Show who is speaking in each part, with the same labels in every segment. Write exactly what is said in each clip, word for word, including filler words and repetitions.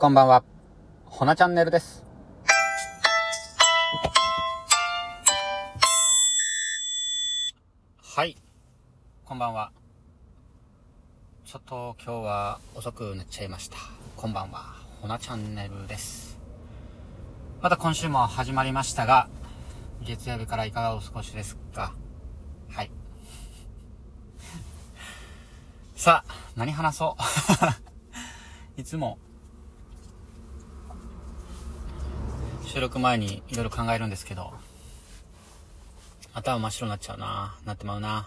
Speaker 1: こんばんは、ほなチャンネルです。はい、こんばんは。ちょっと今日は遅くなっちゃいました。こんばんは、ほなチャンネルです。また今週も始まりましたが、月曜日からいかがお過ごしですか？はい。さあ、何話そういつも収録前にいろいろ考えるんですけど、頭真っ白になっちゃうな、なってまうな。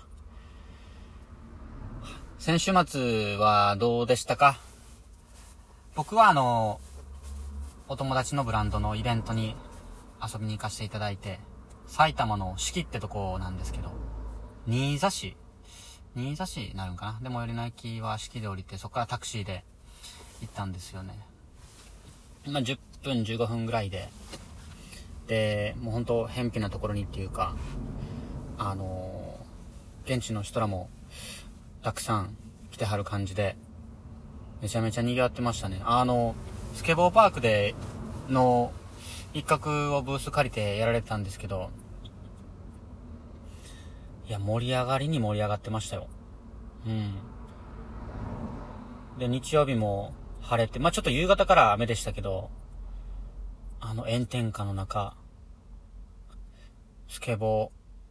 Speaker 1: 先週末はどうでしたか？僕はあの、お友達のブランドのイベントに遊びに行かせていただいて、埼玉の志木ってとこなんですけど、新座市新座市になるんかな。でも最寄りの駅は志木で降りて、そこからタクシーで行ったんですよね。まあじゅっぷんじゅうごふんぐらいで、でもうほんと偏僻なところにっていうか、あのー、現地の人らもたくさん来てはる感じで、めちゃめちゃ賑わってましたね。あのスケボーパークでの一角をブース借りてやられてたんですけど、いや盛り上がりに盛り上がってましたよ。うんで日曜日も晴れて、まあちょっと夕方から雨でしたけど、あの炎天下の中、スケボ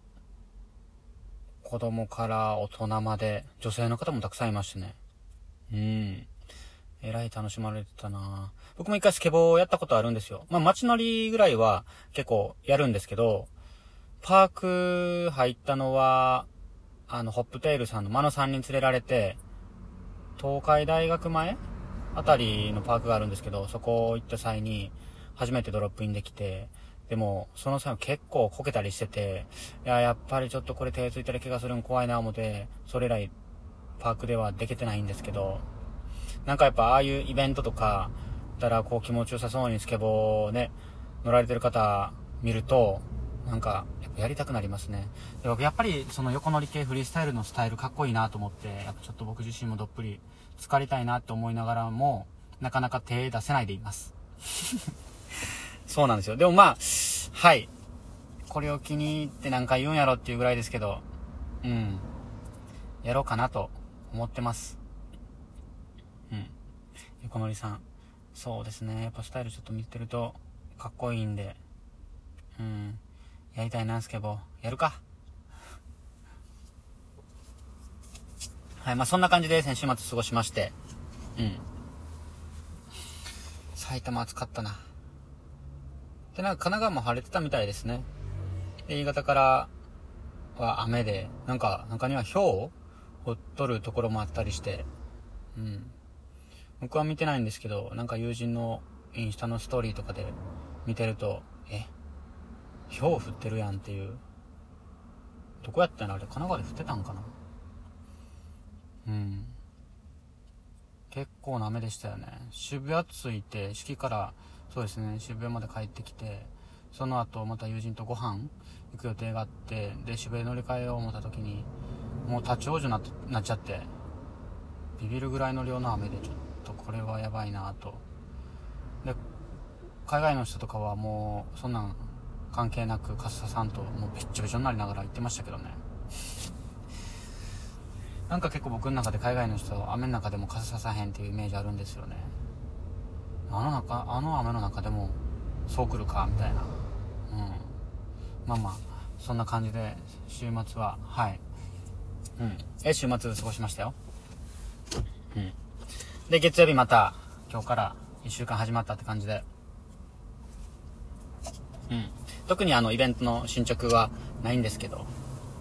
Speaker 1: ー、子供から大人まで、女性の方もたくさんいましてね。うん。えらい楽しまれてたな。僕も一回スケボーやったことあるんですよ。まあ街乗りぐらいは結構やるんですけど、パーク入ったのは、あの、ホップテールさんの真野さんに連れられて、東海大学前あたりのパークがあるんですけど、そこ行った際に初めてドロップインできて、でもその際は結構こけたりしてて、いややっぱりちょっとこれ手ついたら怪我するん怖いな思って、それ以来パークではできてないんですけど、なんかやっぱああいうイベントとかだらこう気持ちよさそうにスケボーね乗られてる方見ると、なんかやっぱやりたくなりますね。で僕やっぱりその横乗り系フリースタイルのスタイルかっこいいなと思って、やっぱちょっと僕自身もどっぷり浸かりたいなって思いながらも、なかなか手出せないでいますそうなんですよ。でもまあはいこれを気に入って何回言うんやろっていうぐらいですけど、うんやろうかなと思ってます。うん横乗りさん、そうですね、やっぱスタイルちょっと見てるとかっこいいんで、うんやりたいなスケボーやるか。はいまあそんな感じで先週末過ごしまして、うん埼玉暑かったな。でなんか神奈川も晴れてたみたいですね。で新潟からは雨で、なんか中には氷を降っとるところもあったりして、うん僕は見てないんですけど、なんか友人のインスタのストーリーとかで見てると、え氷降ってるやんっていう。どこやったんあれ、神奈川で降ってたんかな。うん結構な雨でしたよね。渋谷着いて、四季からそうですね渋谷まで帰ってきて、その後また友人とご飯行く予定があって、で渋谷乗り換えよう思った時にもう立ち往生になっなっちゃって、ビビるぐらいの量の雨で、ちょっとこれはやばいなと。で海外の人とかはもうそんなん関係なく傘さんともうべっちょべちょになりながら行ってましたけどね。なんか結構僕の中で海外の人は雨の中でも傘ささへんっていうイメージあるんですよね。あの中あの雨の中でもそう来るかみたいな。うんまあまあそんな感じで週末ははいうんえ週末過ごしましたよ。うんで月曜日また今日からいっしゅうかん始まったって感じで、うん特にあのイベントの進捗はないんですけど、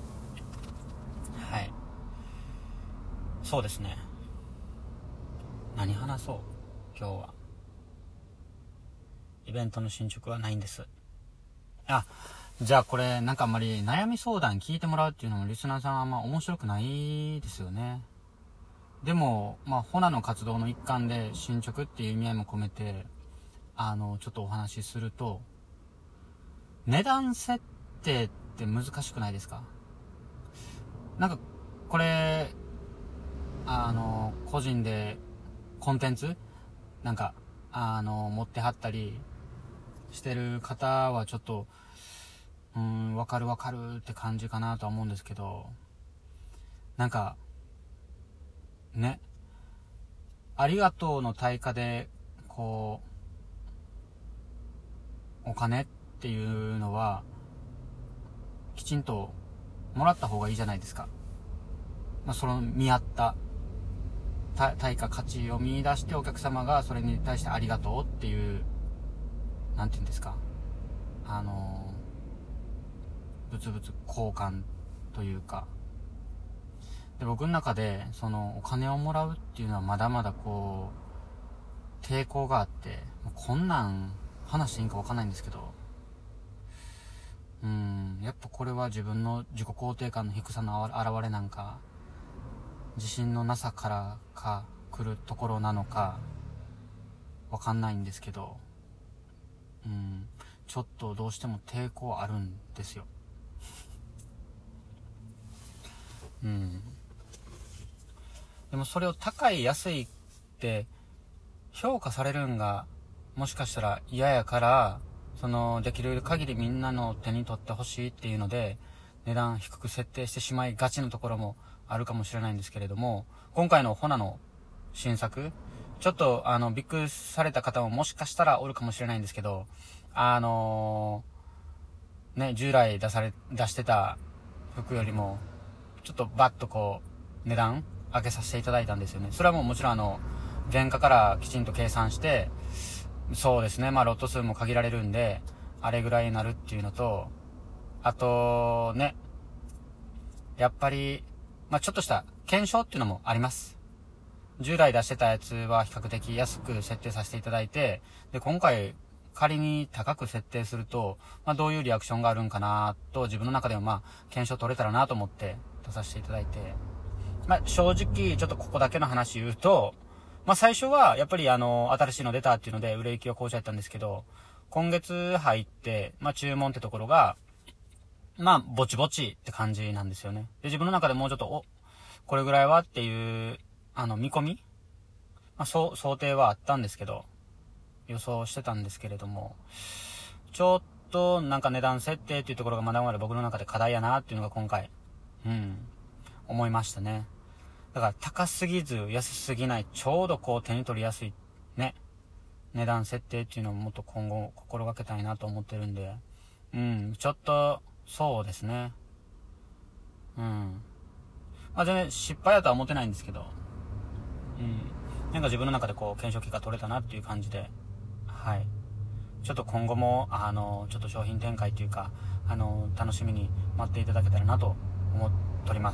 Speaker 1: はいそうですね。何話そう今日は。イベントの進捗はないんです。あじゃあこれなんかあんまり悩み相談聞いてもらうっていうのもリスナーさんはあんま面白くないですよね。でもまあホナの活動の一環で進捗っていう意味合いも込めて、あのちょっとお話しすると、値段設定って難しくないですか？なんかこれあの個人でコンテンツなんかあの、持ってはったりしてる方はちょっと、うーん、わかるわかるって感じかなとは思うんですけど、なんか、ね、ありがとうの対価で、こう、お金っていうのは、きちんともらった方がいいじゃないですか。まあ、その見合った対価価値を見出してお客様がそれに対してありがとうっていう、なんていうんですか、あの物々交換というか、で僕の中でそのお金をもらうっていうのはまだまだこう抵抗があって、こんなん話していいんか分かんないんですけど、うーんやっぱこれは自分の自己肯定感の低さの表れなんか、自信のなさからか来るところなのかわかんないんですけど、うん、ちょっとどうしても抵抗あるんですよ。うん。でもそれを高い安いって評価されるんがもしかしたら嫌やから、そのできる限りみんなの手に取ってほしいっていうので値段低く設定してしまいがちなところもあるかもしれないんですけれども、今回のホナの新作、ちょっとあのびっくりされた方ももしかしたらおるかもしれないんですけど、あのー、ね、従来出され出してた服よりもちょっとバッとこう値段上げさせていただいたんですよね。それはもうもちろんあの原価からきちんと計算して、そうですね、まあロット数も限られるんであれぐらいになるっていうのと、あとね、やっぱりまあちょっとした検証っていうのもあります。従来出してたやつは比較的安く設定させていただいて、で今回仮に高く設定すると、まあどういうリアクションがあるんかなと自分の中でもまあ検証取れたらなと思って出させていただいて、まあ正直ちょっとここだけの話言うと、まあ最初はやっぱりあの新しいの出たっていうので売れ行きは好調やったんですけど、今月入ってまあ注文ってところがまあぼちぼちって感じなんですよね。で自分の中でもうちょっとおこれぐらいはっていうあの見込み、まあ、そう想定はあったんですけど、予想してたんですけれども、ちょっとなんか値段設定っていうところがまだまだ僕の中で課題やなっていうのが今回うん思いましたね。だから高すぎず安すぎない、ちょうどこう手に取りやすいね値段設定っていうのをもっと今後心がけたいなと思ってるんで、うんちょっとそうですね、うんまあ全然失敗だとは思ってないんですけど、うんなんか自分の中でこう検証結果取れたなっていう感じで、はいちょっと今後もあのちょっと商品展開というかあの楽しみに待っていただけたらなと思っております。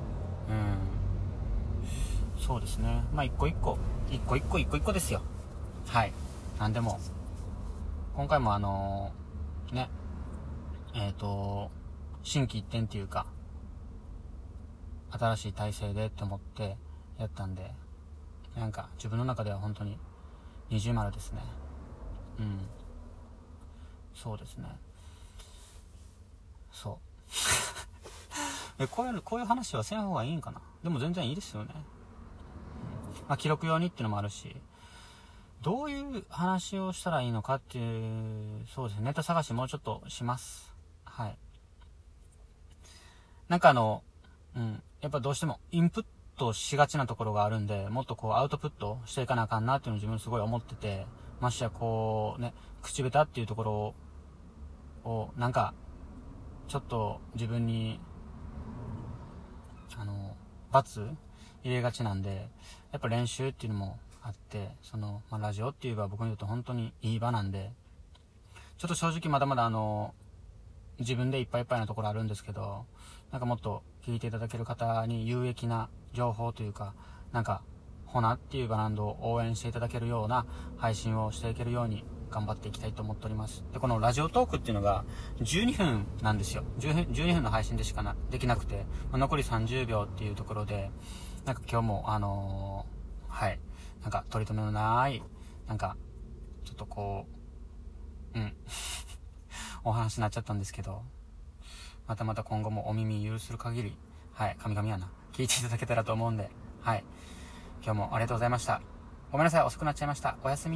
Speaker 1: うんそうですね、まあ一個一個一個一個一個一個ですよ。はいなんでも今回もあのねえっ、ー、と心機一転っていうか新しい体制でって思ってやったんで、なんか自分の中では本当に二重丸ですね。うんそうですね、そうえこういうこういう話はせん方がいいんかな。でも全然いいですよね、うんまあ、記録用にっていうのもあるし、どういう話をしたらいいのかっていう、そうですね、ネタ探しもうちょっとします。はいなんかあのうんやっぱどうしてもインプットしがちなところがあるんで、もっとこうアウトプットしていかなあかんなっていうのを自分すごい思ってて、ましてやこうね口下手っていうところをなんかちょっと自分にあの罰入れがちなんで、やっぱ練習っていうのもあって、その、まあ、ラジオっていう場は僕にとって本当にいい場なんで、ちょっと正直まだまだあの自分でいっぱいいっぱいなところあるんですけど、なんかもっと聞いていただける方に有益な情報というか、なんかホナっていうバランドを応援していただけるような配信をしていけるように頑張っていきたいと思っております。でこのラジオトークっていうのがじゅうにふんなんですよ。じゅうにふんの配信でしかなできなくて、まあ、残りさんじゅうびょうっていうところで、なんか今日もあのー、はいなんか取り留めのないなんかちょっとこううんお話になっちゃったんですけど、またまた今後もお耳許する限り、はい、神々やな、聞いていただけたらと思うんで、はい、今日もありがとうございました。ごめんなさい、遅くなっちゃいました。おやすみ。